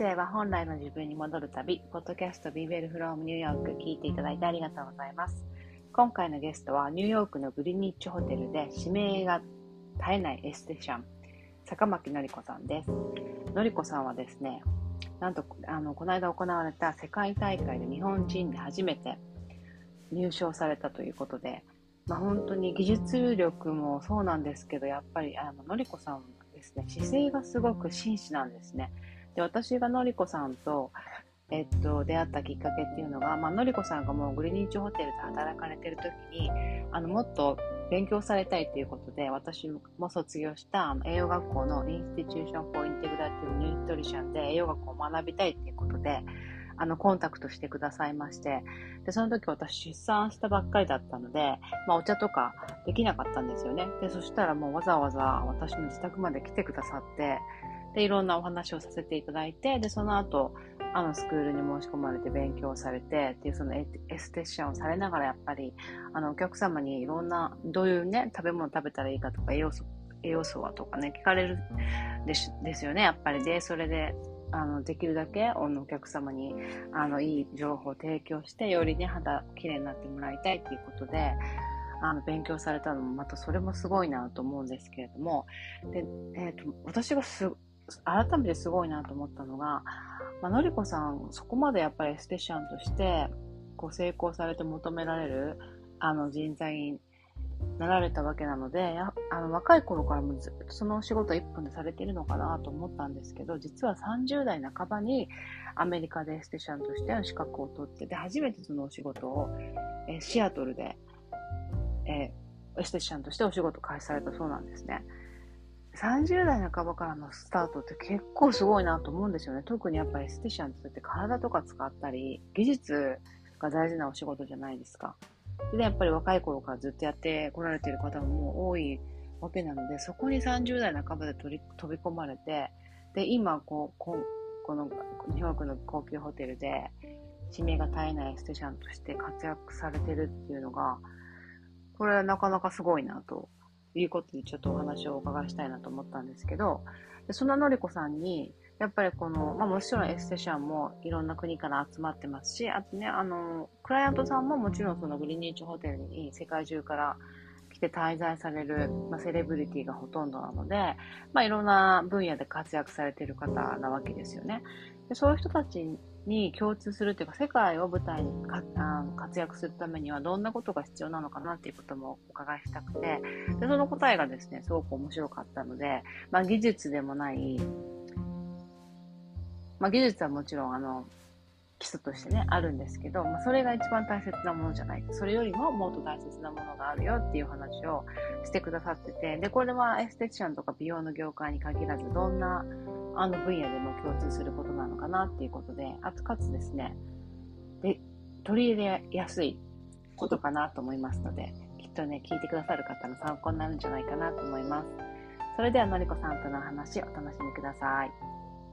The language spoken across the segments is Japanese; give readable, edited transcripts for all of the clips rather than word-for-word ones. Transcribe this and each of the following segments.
生は本来の自分に戻る旅、ポッドキャスト Be Well from New York 聞いていただいてありがとうございます。今回のゲストはニューヨークのグリニッチホテルで指名が絶えないエステティシャン、坂巻典子さんです。典子さんはですね、なんとこの間行われた世界大会で日本人で初めて入賞されたということで、本当に技術力もそうなんですけど、やっぱり典子さんですね、姿勢がすごく紳士なんですね。で、私が典子さんと、出会ったきっかけっていうのが、典子さんがもうグリニッチホテルで働かれてる時に、もっと勉強されたいということで、私も卒業した栄養学校のインスティチューション・フォー・インテグラティブ・ニュートリションで栄養学を学びたいっていうことで、コンタクトしてくださいまして、で、その時私出産したばっかりだったので、お茶とかできなかったんですよね。で、そしたらもうわざわざ私の自宅まで来てくださって、で、いろんなお話をさせていただいて、で、その後、スクールに申し込まれて勉強されて、っていうそのエステティシャンをされながら、やっぱり、お客様にいろんな、どういうね、食べ物食べたらいいかとか、栄養素はとかね、聞かれるですよね、やっぱり。で、それで、できるだけお客様にいい情報を提供して、よりね、肌きれいになってもらいたいということで、勉強されたのもまたそれもすごいなと思うんですけれども、で、私が改めてすごいなと思ったのが、典子さんそこまでやっぱりエステティシャンとして成功されて求められる人材になられたわけなので、若い頃からもずっとそのお仕事一本でされているのかなと思ったんですけど、実は30代半ばにアメリカでエステティシャンとしての資格を取って、で初めてそのお仕事を、シアトルで、エステティシャンとしてお仕事を開始されたそうなんですね。30代半ばからのスタートって結構すごいなと思うんですよね。特にやっぱりエステティシャンって体とか使ったり、技術が大事なお仕事じゃないですか。で、やっぱり若い頃からずっとやってこられている方ももう多いわけなので、そこに30代半ばで飛び込まれて、で、今このニューヨークの高級ホテルで指名が絶えないエステティシャンとして活躍されてるっていうのが、これはなかなかすごいなということで、ちょっとお話をお伺いしたいなと思ったんですけど、でそんな典子さんにやっぱりもちろんエステシャンもいろんな国から集まってますし、あとね、クライアントさんももちろんそのグリニッチホテルに世界中から来て滞在される、セレブリティがほとんどなので、いろんな分野で活躍されている方なわけですよね。でそういう人たちに共通するというか、世界を舞台に活躍するためにはどんなことが必要なのかなっていうこともお伺いしたくて、でその答えがですね、すごく面白かったので、技術でもない、技術はもちろん基礎としてね、あるんですけど、それが一番大切なものじゃない。それよりももっと大切なものがあるよっていう話をしてくださってて、で、これはエステティシャンとか美容の業界に限らず、どんな分野でも共通することなのかなっていうことで、かつですね、で、取り入れやすいことかなと思いますので、きっとね、聞いてくださる方の参考になるんじゃないかなと思います。それでは、典子さんとの話、お楽しみください。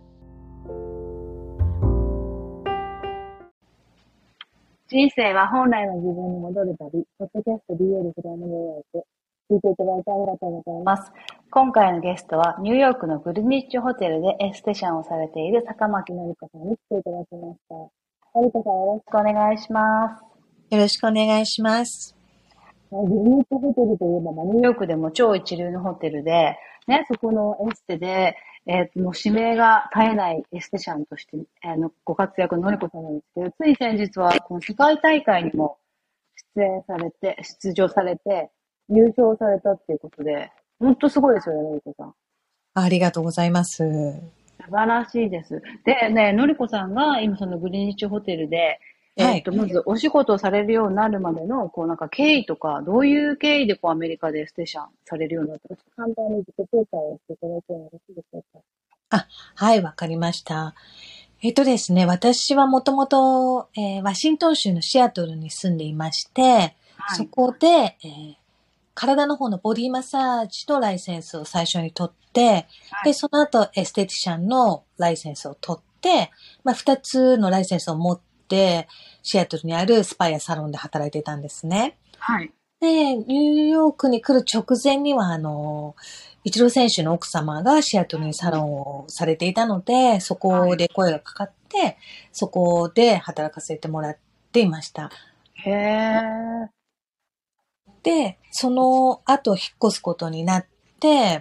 人生は本来の自分に戻る旅、ポッドキャスト BL フロムニューヨーク。聞いていただいてありがとうございます。今回のゲストは、ニューヨークのグリニッチホテルでエステティシャンをされている坂巻典子さんに来ていただきました。典子さん、よろしくお願いします。 よろしくお願いします。 グリニッチホテルといえば、ニューヨークでも超一流のホテルで、ね、そこのエステで、もう指名が絶えないエステシャンとして、ご活躍の典子さんなんですけど、つい先日はこの世界大会にも出場されて、優勝されたっていうことで、本当すごいですよね、典子さん。 ありがとうございます。 素晴らしいです。でね、典子さんが今そのグリニッチホテルで、まずお仕事をされるようになるまでの、経緯とか、どういう経緯でアメリカでエステティシャンされるようになったか、簡単に自己紹介をしていただいてもよろしいでしょうか。 はい、わかりました。ですね、私はもともと、ワシントン州のシアトルに住んでいまして、そこで、体の方のボディマッサージのライセンスを最初に取って、で、その後エステティシャンのライセンスを取って、2つのライセンスを持って、シアトルにあるスパやサロンで働いていたんですね。 はい。 で、ニューヨークに来る直前には、イチロー選手の奥様がシアトルにサロンをされていたので、そこで声がかかって、そこで働かせてもらっていました。 へえ。 で、その後引っ越すことになって、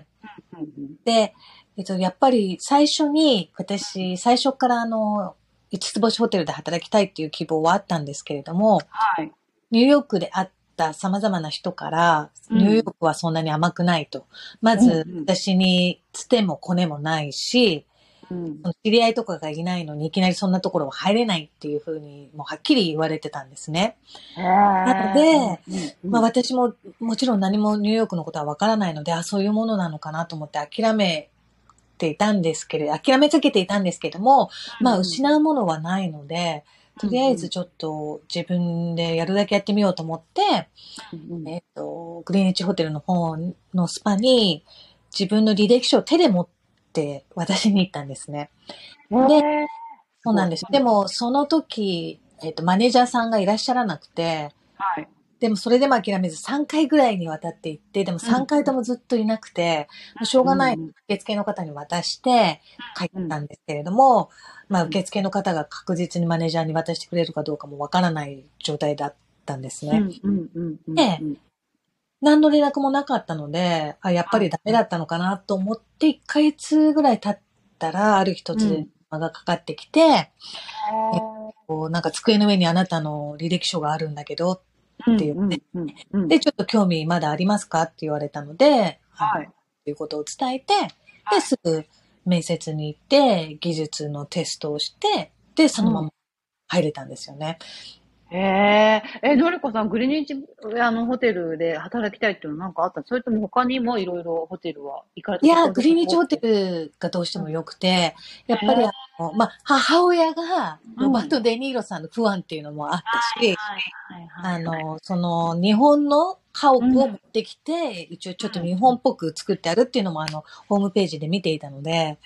で、やっぱり最初に、最初から五つ星ホテルで働きたいっていう希望はあったんですけれども、 はい。 ニューヨークで会った様々な人から、ニューヨークはそんなに甘くないと。まず、私につてもコネもないし、知り合いとかがいないのにいきなりそんなところは入れないっていうふうに、もうはっきり言われてたんですね。なので、私ももちろん何もニューヨークのことはわからないので、そういうものなのかなと思って諦めかけていたんですけども、失うものはないので、とりあえずちょっと自分でやるだけやってみようと思って、グリーンウィッチホテルの方のスパに自分の履歴書を手で持って渡しに行ったんですね。で、そうなんです。でも、その時、マネージャーさんがいらっしゃらなくて、 はい。 でもそれでも諦めず3回ぐらいにわたって行って、でも3回ともずっといなくて、しょうがない受付の方に渡して帰ったんですけれども、受付の方が確実にマネージャーに渡してくれるかどうかもわからない状態だったんですね。で、何の連絡もなかったので、やっぱりダメだったのかなと思って1ヶ月ぐらい経ったら、ある日突然電話がかかってきて、なんか机の上にあなたの履歴書があるんだけどって言って、で、ちょっと興味まだありますかって言われたので、ということを伝えて、で、すぐ面接に行って、技術のテストをして、で、そのまま入れたんですよね。 のりこさん、グリニッジ、ホテルで働きたいっていうのは何かあったそれとも他にもいろいろホテルは行かれたいや、グリニッジホテルがどうしても良くて、やっぱり母親がロバート・デ・ニーロさんのファンっていうのもあったし、その日本の家屋を持ってきて、一応ちょっと日本っぽく作ってあるっていうのもホームページで見ていたので。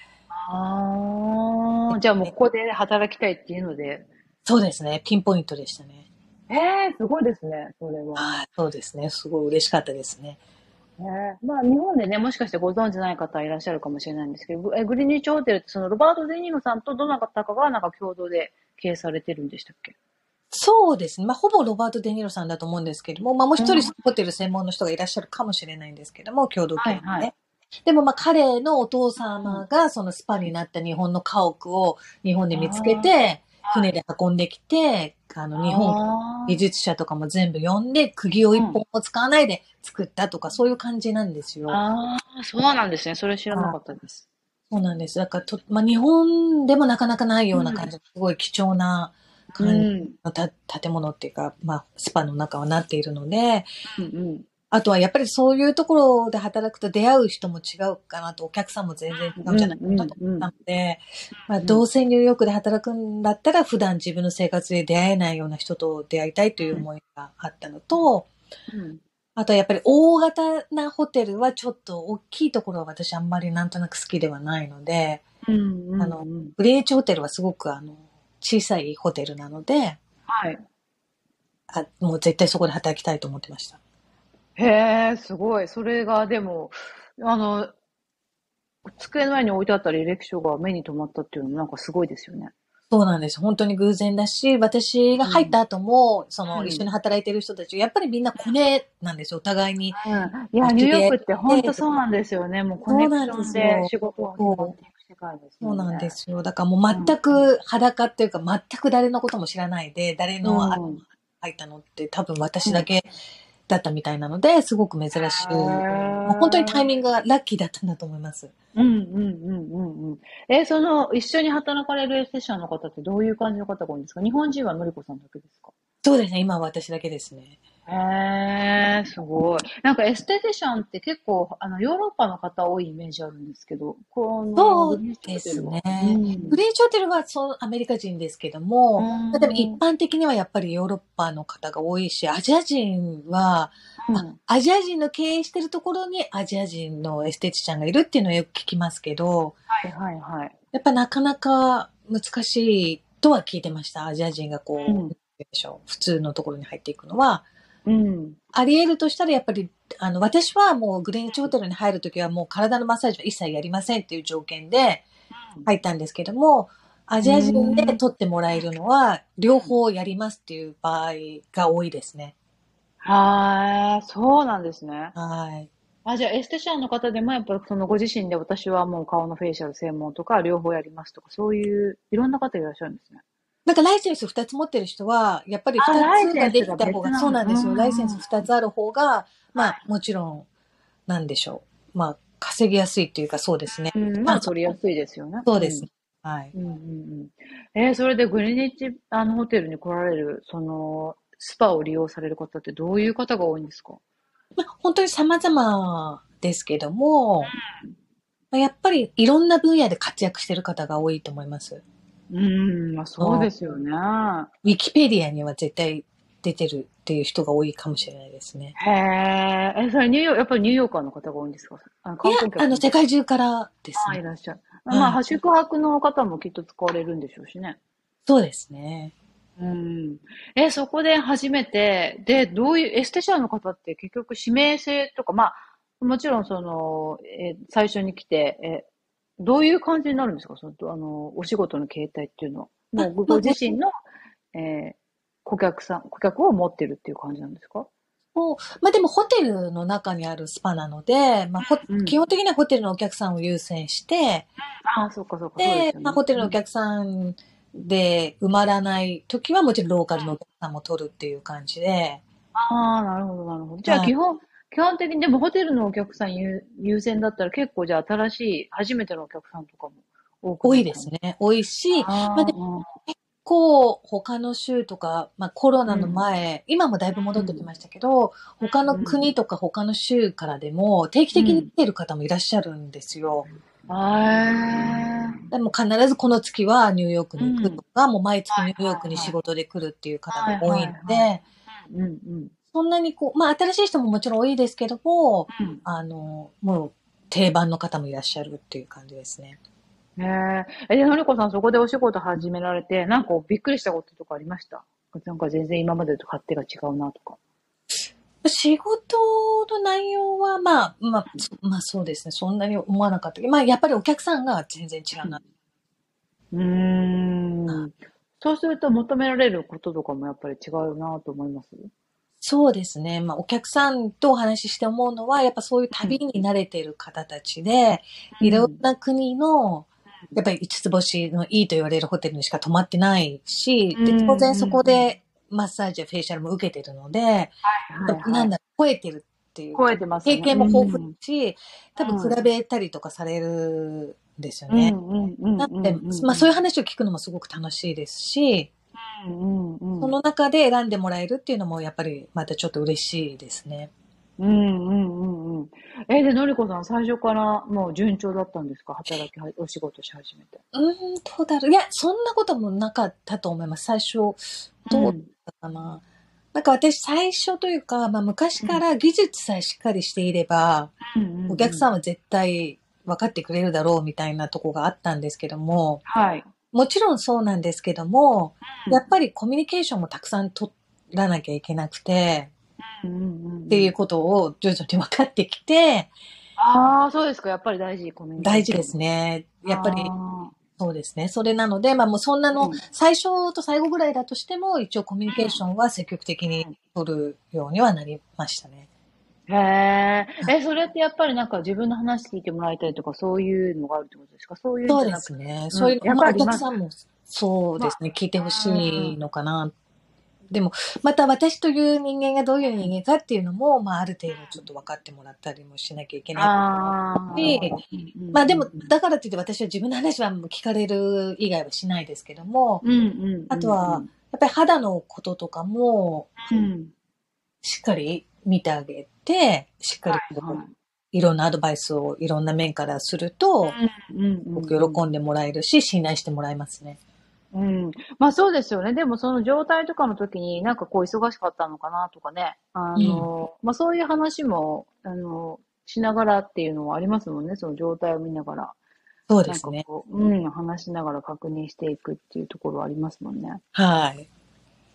じゃあもうここで働きたいっていうので。 そうですね。ピンポイントでしたね。 すごいですね、それは。 そうですね。すごい嬉しかったですね。 日本でね、もしかしてご存知ない方いらっしゃるかもしれないんですけど、グリニッチホテルってそのロバート・デ・ニーロさんとどなたかがなんか共同で経営されてるんでしたっけ？ そうですね。ほぼロバート・デ・ニーロさんだと思うんですけども、もう一人ホテル専門の人がいらっしゃるかもしれないんですけども、共同経営ね。でも彼のお父様がそのスパになった日本の家屋を日本で見つけて、船で運んできて、日本技術者とかも全部呼んで、釘を一本も使わないで作ったとか、そういう感じなんですよ。 そうなんですね。それ知らなかったです。 そうなんです。だから日本でもなかなかないような感じ、すごい貴重な感じの建物っていうか、スパの中はなっているので、あとはやっぱりそういうところで働くと出会う人も違うかなと、お客さんも全然違うんじゃないかなと思ったので、どうせニューヨークで働くんだったら普段自分の生活で出会えないような人と出会いたいという思いがあったのと、あとはやっぱり大型なホテルはちょっと大きいところは私あんまりなんとなく好きではないので、グリーンウィッチホテルはすごく小さいホテルなので、もう絶対そこで働きたいと思ってました。 すごい。それがでも、机の上に置いてあった履歴書が目に留まったっていうのもなんかすごいですよね。 そうなんです。本当に偶然だし、私が入った後も、一緒に働いてる人たち、やっぱりみんなコネなんですよ、お互いに。 いや、ニューヨークって本当そうなんですよね。もうコネクションで仕事が決まっていく世界ですもんね。そうなんですよ。だからもう全く裸っていうか、全く誰のことも知らないで、誰の入ったのって多分私だけだったみたいなので、すごく珍しい。もう本当にタイミングがラッキーだったんだと思います。 その、一緒に働かれるエステティシャンの方ってどういう感じの方が多いんですか？日本人はのりこさんだけですか？ そうですね。今は私だけですね。 すごい。なんかエステティシャンって結構、ヨーロッパの方多いイメージあるんですけど、 そうですね。グリーンチホテルはアメリカ人ですけども、例えば一般的にはやっぱりヨーロッパの方が多いし、アジア人は、アジア人の経営してるところにアジア人のエステティシャンがいるっていうのはよく聞きますけど、やっぱなかなか難しいとは聞いてました。アジア人が普通のところに入っていくのは。 うん。 あり得るとしたら、やっぱり、私はもうグリーンウィッチホテルに入るときはもう体のマッサージは一切やりませんっていう条件で入ったんですけども、アうジア人でん。 取ってもらえるのは、両方やりますっていう場合が多いですね。 はい、そうなんですね。 はい。 あ、じゃあエステティシャンの方でもやっぱりそのご自身で私はもう顔のフェイシャル専門とか両方やりますとか、そういういろんな方いらっしゃるんですね。 なんかライセンス2つ持ってる人は、やっぱりあ、 2 ライつがでセンスがきた方が、 別なんだ。 そうなんですよ。ライセンス2つある方が、まあ、 はい。 もちろん、なんでしょう。まあ、稼ぎやすいっていうか、そうですね。 うん、まあ取りやすいですよね。うん。 そうですね。はい。 うんうんうん。それでグリニッチ、ホテルに来られる、スパを利用される方ってどういう方が多いんですか？ まあ、本当に様々ですけども、まあやっぱりいろんな分野で活躍してる方が多いと思います。 うん、まあそうですよね。 ウィキペディアには絶対出てるっていう人が多いかもしれないですね。 へえ、それやっぱりニューヨーカーの方が多いんですか？ いや、 観光客の方。 世界中からですあ、 ね。 いらっしゃる。まはい。 あ、宿泊の方もきっと使われるんでしょうしね。 そうですね。 うん。そこで初めて、で、どういう、エステティシャンの方って結局指名制とか、まあ、もちろん最初に来て、どういう感じになるんですか？お仕事の形態っていうのは。もうごまあ、 自身の、えー顧客を持ってるっていう感じなんですか？ まあでもホテルの中にあるスパなので、まあうん。 基本的にはホテルのお客さんを優先して、 ああ、そうかそうか、そうですで、 よね。 まあホテルうん。 のお客さんで埋まらない時はもちろんローカルのお客さんも取るっていう感じで、 ああ、なるほど、なるほど。じゃあ、 はい。 基本的に、でもホテルのお客さん優先だったら結構じゃあ新しい、初めてのお客さんとかも多く多いなる感じ。 ですね。多いし、まあでもああ、 他の州とか、まあコロナのうん、 前、今もだいぶ戻うん、 ってきましたけど、他のうん、 国とか他の州からでも定期うん。 的に来てる方もいらっしゃるんですよ。 あでも必ずこの月はニューヨークあ、うに行くん。 とか、もう毎月ニューヨークにはい、 仕事で来るっていう方はい、 が多いのはい、はい。 で、 うん、うん、 そんなにまあ新しい人ももちろん多いですけども、 うん。 もう定番の方もいらっしゃるっていう感じですね。 で、のりこさんそこでお仕事始められて、なんかびっくりしたこととかありました？なんか全然今までと勝手が違うなとか。 仕事の内容は、まあそうですね。そんなに思わなかったけど、まあやっぱりお客さんが全然違うな。 うーん。そうすると求められることとかもやっぱり違うなと思います。 そうですね。まあお客さんとお話しして思うのは、やっぱそういううん。 旅に慣れている方たちで、いろんうん。 な国のやっぱり5つ星のいいと言われるホテルにしか泊まってないし、で、当うん。 然そうん。うん。 こでマッサージやフェイシャルも受けてるので、やはいはい。 超えてるっていうか、 超えてますね。 経験も豊富だうん。 し、多分うん。 比べたりとかされるんですよね。 うん。うん。うん。 なので、 うん。うん。 まあそういう話を聞くのもすごく楽しいですし、 うん。うん。 その中で選んでもらえるっていうのもやっぱりまたちょっと嬉しいですね。 うん。うん。うん。で、のりこさん最初からもう順調だったんですか？お仕事し始めて。 どうだろう。いや、そんなこともなかったと思います。最初、どうだっうん。 たかな。なんか私最初というか、まあ昔うん。 から技術さえしっかりしていれば、 うん。うん。 お客うん。 さんは絶対分かってくれるだろうみたいなとこがあったんですけども、 はい。 もちろんそうなんですけども、 うん。 やっぱりコミュニケーションもたくさん取らなきゃいけなくて、 うん。うん。うん。 っていうことを徐々に分かってきて、 ああ、そうですか。やっぱり大事、コミュニケ大事でーションも。 すね。やっぱりああ。 そうですね。それなので、まあもうそんなの、 うん。 最初と最後ぐらいだとしても、一応コミュニケーションは積極的にうん。 取るようにはなりましたね。 へえ。それってやっぱりなんか自分の話聞いてもらいたいとかそういうのがあるってことですか？そういうんそうでじゃなくて。 すね。 うん。 そういうの、まあおやっぱり客さんもそうまですね。聞いてほしいあ、 のかな。でも、また私という人間がどういう人間かっていうのも、まあある程度ちょっと分かってもらったりもしなきゃいけないあし、 あ、うんうんまあでも、 うんうん。 だからといって私は自分の話はもう聞かれる以外はしないですけども、 うんうんうあとは、 んうん。 やっぱり肌のこととかも、 うん。 しっかり見てあげて、しっかはりいはい。 いろんなアドバイスをいろんな面からすると、 うんうんすごうんく喜んでもらえるし、信頼してもらえますね。 うん。うん。まあそうですよね。でもその状態とかの時になんかこう忙しかったのかなとかね。 うん。 まあそういう話も、しながらっていうのはありますもんね。その状態を見ながら。なんそうですね。 かこう、うん、話しながら確認していくっていうところはありますもんね。 はい。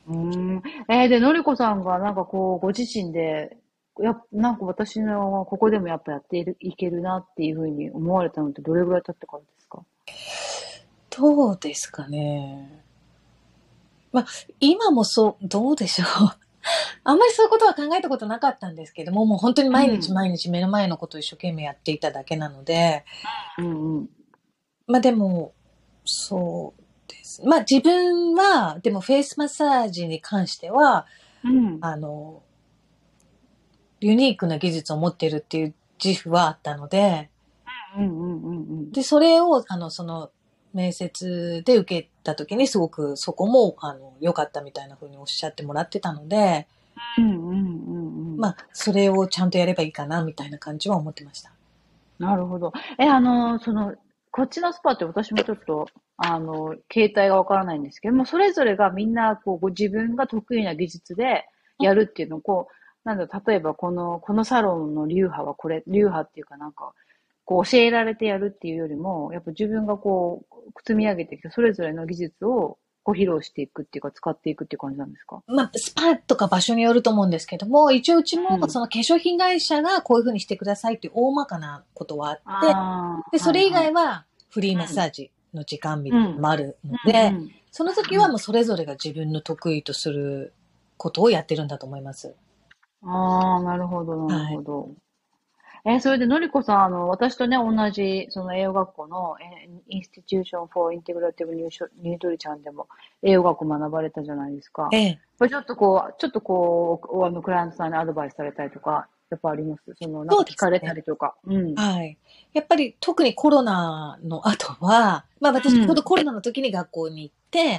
で、のりこさんがなんかこう、ご自身で、なんか私のここでもやっぱやっていけるなっていうふうに思われたのってどれぐらい経ってからですか？ どうですかね。まあ、今もそう、どうでしょう。あんまりそういうことは考えたことなかったんですけども、もう本当に毎日うん。 毎日目の前のことを一生懸命やっていただけなので、 うんうん。 まあでも、そうです。まあ自分は、でもフェイスマッサージに関しては、 うん。 あの、ユニークな技術を持っているっていう自負はあったので、 うんうんうんうん。 で、それを、面接で受けた時にすごくそこも、良かったみたいな風におっしゃってもらってたので、 うんうんうんうん。 まあ、それをちゃんとやればいいかな、みたいな感じは思ってました。 なるほど。こっちのスパって私もちょっと、形態がわからないんですけども、それぞれがみんな、こう、ご自分が得意な技術でやるっていうのを、こう、なんだ、例えばこのサロンの流派はこれ、流派っていうかなんか、こう教えられてやるっていうよりも、やっぱ自分がこう、積み上げてきたそれぞれの技術をこう披露していくっていうか、使っていくっていう感じなんですか？ まあ、スパとか場所によると思うんですけども、一応うちもうん。 その化粧品会社がこういう風にしてくださいっていう大まかなことはあって、 あで、 あ、 それ以はいはい。 外はフリーマッうん。 サージの時間みうん。 たいなのもあるので、 うんうん。 その時はもうそれぞれが自分の得意とすることをやってるんだと思います。 ああ、なるほど、なるはい。 ほど。それで、のりこさん、私とね、同じ、その栄養学校の、インスティテューション・フォー・インテグラティブ・ニュートリちゃんでも、栄養学学ばれたじゃないですか。 ええ。 これちょっとこう、クライアントさんにアドバイスされたりとか、やっぱあります？なんそうか聞かれたですね。 りとか。うん。 はい。やっぱり特にコロナの後は、まあ私ちょうどうん。 コロナの時に学校に行って、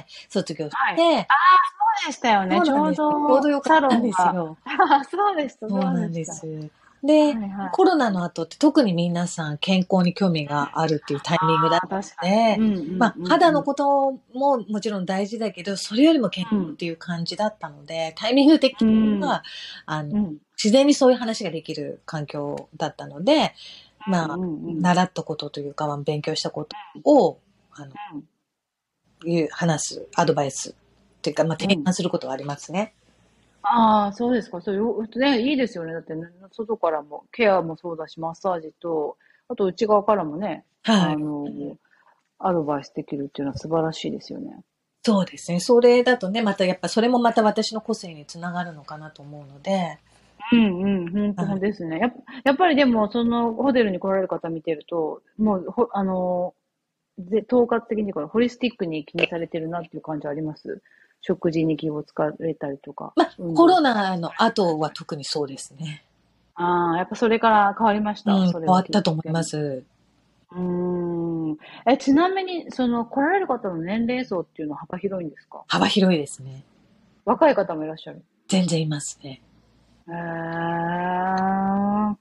卒業しはい。 て、 そうでしたよね。ちょうそうなんです。ちょうどど、 よかサったんロンが。 ですよ。 そうでした、 そうなんそうでした。はです。で、 いはいコロナはい。 の後って特に皆さん健康に興味があるっていうタイミングだっああ、 たの確かに。 で、 うんうんまあ肌うんのことももちろん大事だけど、それよりも健康うん。 っていう感じだったので、タイミング的うん。うん。 には、あの、 うん。 自然にそういう話ができる環境だったので、まあ、 うんうんうん。 習ったことというか、まあ勉強したことを、あの、 うん。 話す、アドバイスっていうか、まあうん。 提案することはありますね。 ああ、そうですか。ね、いいですよね。だってね、外からも、ケアもそうだし、マッサージと、あと内側からもね、 はい。 あの、アドバイスできるっていうのは素晴らしいですよね。 そうですね。それだとね、またやっぱそれもまた私の個性につながるのかなと思うので、 うんうん、本はい。 当ですね。やっぱりでも、そのホテルに来られる方見てると、もう、統括的にこれ、ホリスティックに気にされてるなっていう感じあります？食事に気を使われたりとか、 まあ、コロ運動。 ナの後は特にそうですね。 ああ、やっぱそれから変わりました。 うん、 それ変わをきっかったと思いけに。 ます。 うーん。ちなみに、来られる方の年齢層っていうのは幅広いんですか？ 幅広いですね。 若い方もいらっしゃる？ 全然いますね。 へー。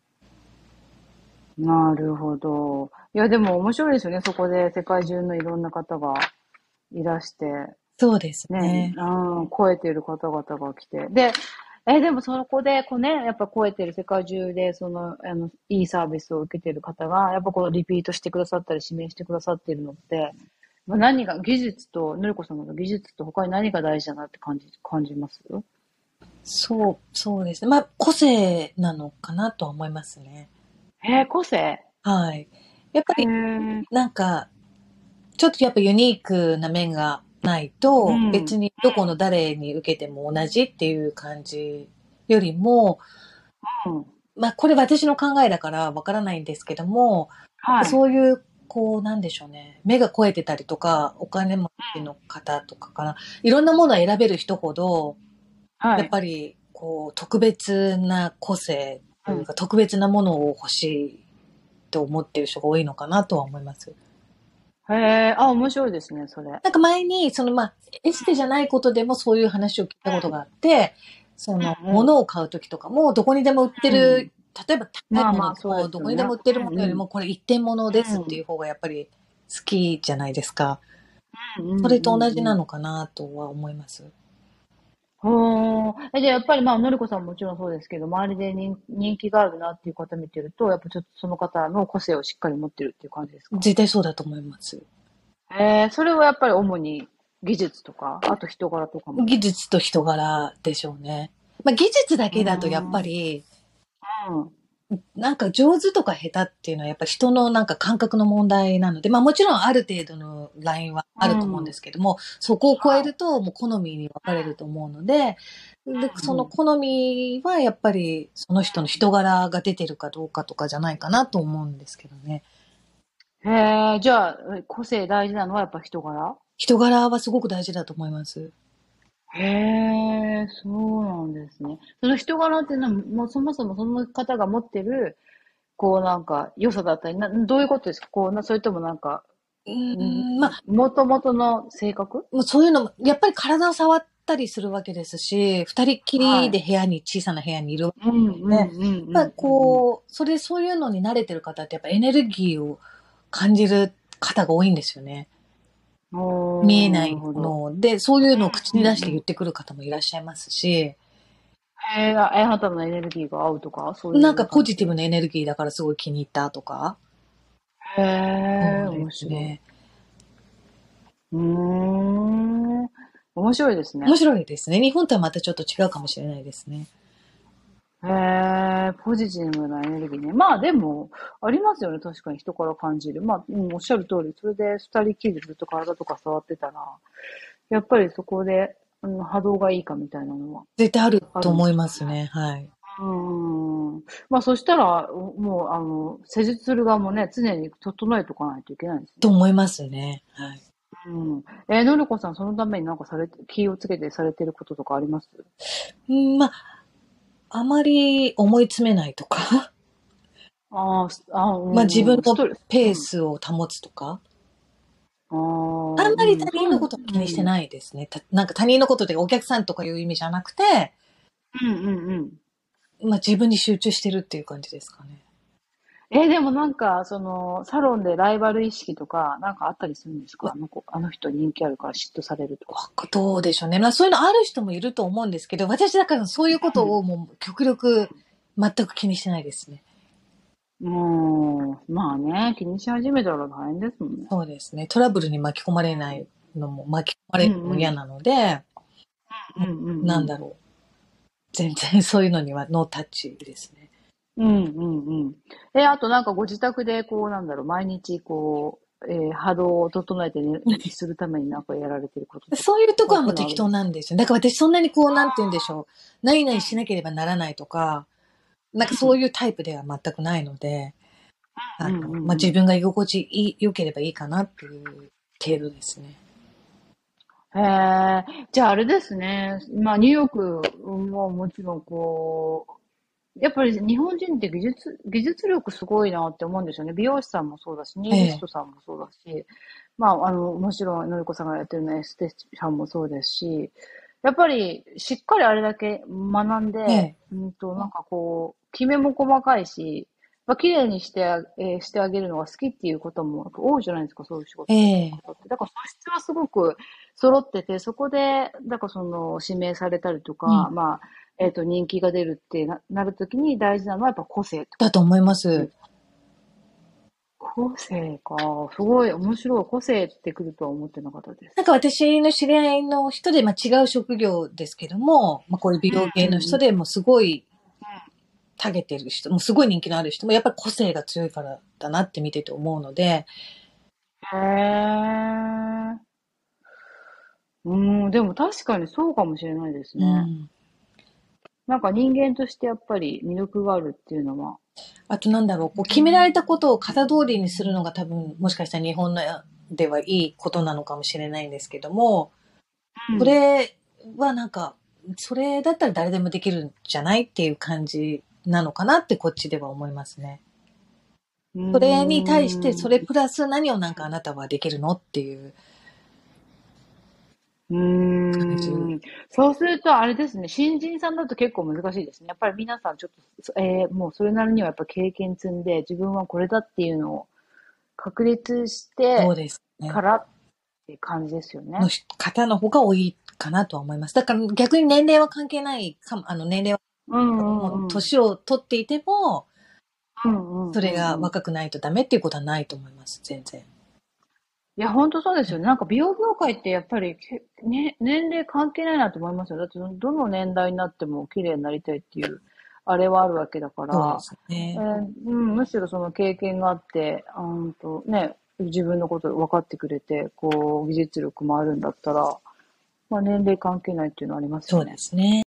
なるほど。いや、でも面白いですよね。そこで世界中のいろんな方がいらして、 そうですね、 ね。 超えている方々が来て。でもそこで、こうね、やっぱ超えてる世界中で、いいサービスを受けている方が、やっぱこう、リピートしてくださったり、指名してくださっているのって、まあ、技術と、のりこさんの技術と他に何が大事だなって感じます？ そうですね。まあ、個性なのかなとは思いますね。 個性？ はい。やっぱへり、 ー。 なんか、ちょっとやっぱユニークな面がないうん。 と、 うん。 別にどこの誰に受けても同じっていう感じよりも、 うん。 まあこれ私の考えだからわからないんですけども、 はい。 そういう、こうなんでしょうね。目が肥えてたりとか、お金持ちの方とかかな。いろんなものを選べる人ほど、やっはい。 ぱり、こう、特別な個性とうん。 いうか、特別なものを欲しいと思ってる人が多いのかなとは思います。 へえ、あ、面白いですね、それ。 なんか前に、まあ、エステじゃないことでもそういう話を聞いたことがあって、 うんうん。 物を買うときとかも、どこにでも売ってる、 うん。 例えば高いものまあまあ、そうででも、 すよね。 どこにでも売ってるものよりうんも、これ一点物ですってうん。 いう方がやっぱり好きじゃないですか。 うんうんそれと同うんうん。 じなのかなとは思います。 ほー。じゃあやっぱりまあ、のりこさんももちろんそうですけど、周りで人気があるなっていう方見てると、やっぱちょっとその方の個性をしっかり持ってるっていう感じですか？ 絶対そうだと思います。 それはやっぱり主に技術とか、あと人柄とかも。 技術と人柄でしょうね。まあ技術だけだとやっぱり、なんか上手とか下手っていうのはやっぱ人のなんか感覚の問題なので、まあもちろんある程度のラインはあると思うんですけども、そこを超えるともう好みに分かれると思うので、その好みはやっぱりその人の人柄が出てるかどうかとかじゃないかなと思うんですけどね。 へえ、じゃあ、個性大事なのはやっぱ人柄？ 人柄はすごく大事だと思います。 へえ、そうなんですね。その人柄っていうのは、もうそもそもその方が持ってる、こうなんか、良さだったり、どういうことですか？こうそれともなんか、 まあ、 もともとの性格？ もうそういうのも、やっぱり体を触ったりするわけですし、二人っきりではい。 部屋に、小さな部屋にいるわうんうんけで、やっぱりうんこう、そういうのに慣れてる方ってやっぱエネルギーを感じる方が多いんですよね。 うん。おー、なる見えないほど。 もので、そういうのを口に出してうんうん。 言ってくる方もいらっしゃいますし、 あなたのエネルギーが合うとか、そういなんかう感じ？ ポジティブなエネルギーだからすごい気に入ったとか、 へえ、 そうで面白すね。 い。面白いですね。 面白いですね。日本とはまたちょっと違うかもしれないですね。 へえ、ポジティブなエネルギーね。まあでも、ありますよね。確かに人から感じる。まあ、おっしゃる通り。それで二人きりでずっと体とか触ってたら、やっぱりそこで、波動がいいかみたいなのは絶対あると思いあるんですかますね。はい。 ね。まあそしたら、もう、施術する側もね、常に整えとかないといけないですね。 と思いますね。はい。 うん。のりこさん、そのためになんか気をつけてされてることとかあります？ まあ、あまり思い詰めないとか、まあ自分のストレス。 ペースを保つとか、 うん。 あんまり他そういうの、 人のことは気にしてないですね。なんか他人のことでお客さんとかいう意味じゃなくて、 うん。 まあ自分に集中してるっていう感じですかね。 でもなんか、サロンでライバル意識とか、なんかあったりするんですか？あの人人気あるから嫉妬されるとか。 どうでしょうね。まあそういうのある人もいると思うんですけど、私だからそういうことをもう極力全く気にしてないですね。 まあね、気にし始めたら大変ですもんね。 そうですね。トラブルに巻き込まれないのも、巻き込まれるのも嫌なので、なんだろう。全然そういうのにはノータッチですね。 あとなんかご自宅でこうなんだろう、毎日こう、波動を整えてね、するためになんかやられてることとか。 そういうとこはそういうのあもう適当るんですか？ なんですよ。だから私そんなにこう、なんて言うんでしょう。何々しなければならないとか、なんかそういうタイプでは全くないので、まあ、自分が居心地良ければいいかなっていう程度ですね。 へえ、じゃああれですね。まあニューヨークももちろんこう、やっぱり日本人って技術力すごいなって思うんですよね。美容師さんもそうだし、ネイリスええ、 トさんもそうだし、まあもちろんのりこさんがやってるのエステティシャンもそうですし、やっぱりしっかりあれだけ学んで、 ええ、 なんかこう、きめも細かいし、まあ、綺麗にしてあげるのが好きっていうことも多いじゃないですか、そういう仕事えされてるえ、 方って。だから素質はすごく揃ってて、そこで、だから指名されたりとか、 うん。 まあ、人気が出るってなるときに大事なのはやっぱ個性ってことだと思いまです。 す。個性か。すごい面白い。個性ってくるとは思ってなかったです。 なんか私の知り合いの人で、まあ違う職業ですけども、まあこういう美容系の人でもすごいタゲてる人、もうすごい人気のある人もやっぱり個性が強いからだなって見てて思うので、 へえ。でも確かにそうかもしれないですね。 うん。 なんか人間としてやっぱり魅力があるっていうのは。 あとなんだろう、こう決められたことを型通りにするのが多分、もしかしたら日本のではいいことなのかもしれないんですけども、それはなんか、それだったら誰でもできるんじゃないっていう感じなのかなってこっちでは思いますね。 うそれに対して、 ん。 それプラス何をなんかあなたはできるのっていうう感じ。 ーん。そうすると、あれですね。新人さんだと結構難しいですね。やっぱり皆さんちょっと、もうそれなりにはやっぱ経験積んで、自分はこれだっていうのを確立してそうですね。 からって感じですよのね。 方の方が多いかなとは思います。だから逆に年齢は関係ないかも、年齢はうんうもうんうん。 年を取っていても、 うんうんそれがうんうん。 若くないとダメっていうことはないと思います、全然。 いや、本当そうですよね。なんか美容業界ってやっぱりね、年齢関係ないなと思いますよ。だってどの年代になっても綺麗になりたいっていう、あれはあるわけだから、 そうですね。 むしろその経験があって、ね、自分のこと分かってくれて、こう、技術力もあるんだったら、まあ年齢関係ないっていうのはありますそうでよね。 すね。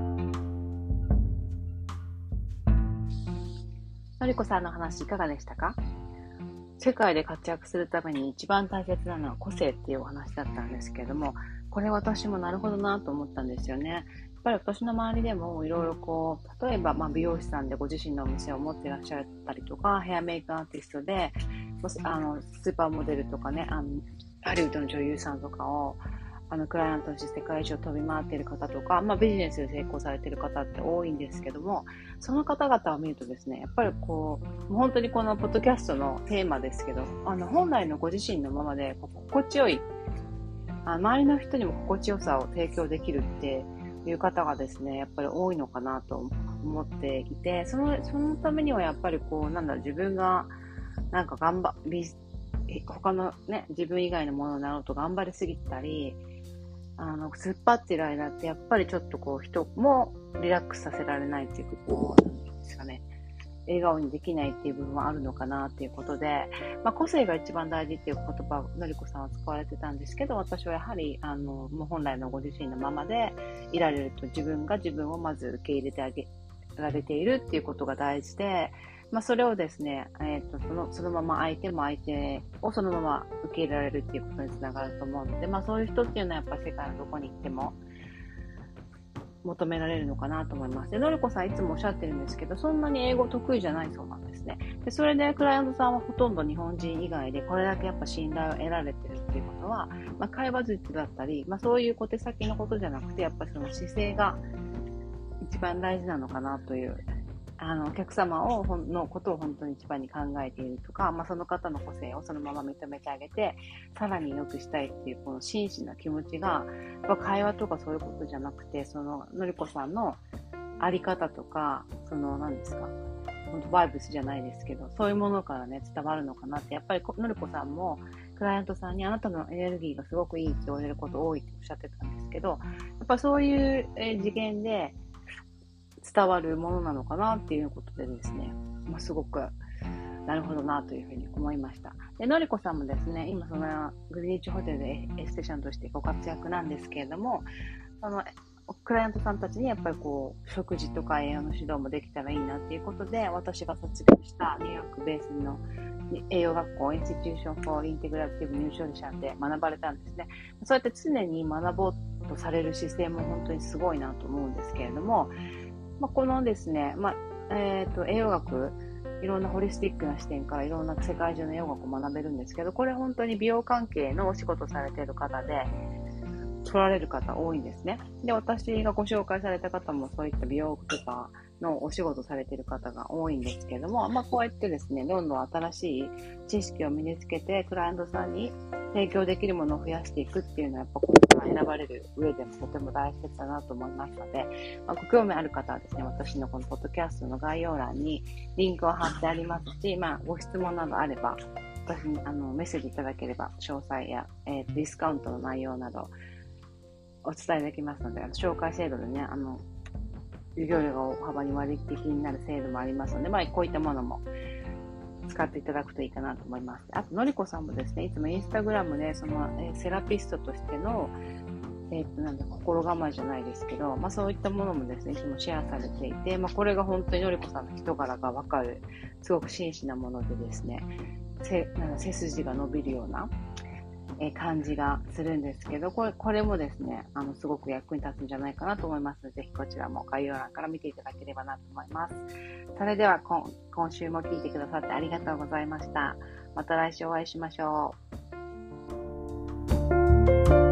のりこさんの話いかがでしたか？世界で活躍するために一番大切なのは個性っていうお話だったんですけれども、これ私もなるほどなと思ったんですよね。やっぱり私の周りでもいろいろこう、例えば美容師さんでご自身のお店を持っていらっしゃったりとか、ヘアメイクアーティストで、スーパーモデルとかね、ハリウッドの女優さんとかをクライアントとして世界中を飛び回っている方とか、ビジネスで成功されている方って多いんですけども、その方々を見るとですね、やっぱりこう、本当にこのポッドキャストのテーマですけど、本来のご自身のままで心地よい、周りの人にも心地よさを提供できるっていう方がですね、やっぱり多いのかなと思っていて、そのためにはやっぱりこう、自分がなんか他のね、自分以外のものになろうと頑張りすぎたり、突っ張ってる間ってやっぱりちょっとこう人もリラックスさせられないっていうこうなんですかね、笑顔にできないっていう部分はあるのかなっていうことで、個性が一番大事っていう言葉をのりこさんは使われてたんですけど、私はやはりもう本来のご自身のままでいられると、自分が自分をまず受け入れてあげられているっていうことが大事で、それをですね、そのまま相手も相手をそのまま受け入れられるっていうことにつながると思うので、そういう人っていうのはやっぱり世界のどこに行っても求められるのかなと思います。で、のりこさんいつもおっしゃってるんですけど、そんなに英語得意じゃないそうなんですね。で、それでクライアントさんはほとんど日本人以外でこれだけやっぱ信頼を得られてるっていうことは、会話術だったり、そういう小手先のことじゃなくて、やっぱりその姿勢が一番大事なのかなという、お客様のことを本当に一番に考えているとか、その方の個性をそのまま認めてあげて、さらに良くしたいっていう、この真摯な気持ちが、会話とかそういうことじゃなくて、のりこさんのあり方とか、何ですか、本当バイブスじゃないですけど、そういうものからね、伝わるのかなって、やっぱりのりこさんも、クライアントさんにあなたのエネルギーがすごくいいって言われること多いっておっしゃってたんですけど、やっぱそういう次元で、伝わるものなのかなっていうことでですね、すごくなるほどなというふうに思いました。で、のりこさんもですね、今そのグリニッチホテルでエステシャンとしてご活躍なんですけれども、クライアントさんたちにやっぱりこう食事とか栄養の指導もできたらいいなっていうことで、私が卒業したニューヨークベースの栄養学校インスティテューション・フォー・インテグラティブ・ニュートリションで学ばれたんですね。そうやって常に学ぼうとされる姿勢も本当にすごいなと思うんですけれども、このですね、栄養学、いろんなホリスティックな視点からいろんな世界中の栄養学を学べるんですけど、これ本当に美容関係のお仕事されている方で、取られる方多いんですね。で、私がご紹介された方もそういった美容とかのお仕事されている方が多いんですけれども、こうやってですね、どんどん新しい知識を身につけて、クライアントさんに提供できるものを増やしていくっていうのは、やっぱここから選ばれる上でもとても大切だなと思いますので、ご興味ある方はですね、私のこのポッドキャストの概要欄にリンクを貼ってありますし、ご質問などあれば、私にメッセージいただければ、詳細や、ディスカウントの内容など、お伝えできますので、紹介制度でね、授業料が大幅に割引になる制度もありますので、こういったものも使っていただくといいかなと思います。あと、のりこさんもですね、いつもインスタグラムで、セラピストとしての、心構えじゃないですけど、そういったものもですね、いつもシェアされていて、これが本当にのりこさんの人柄がわかる、すごく真摯なものでですね、背筋が伸びるような、感じがするんですけど、これもですね、すごく役に立つんじゃないかなと思いますので、ぜひこちらも概要欄から見ていただければなと思います。それでは今週も聞いてくださってありがとうございました。また来週お会いしましょう。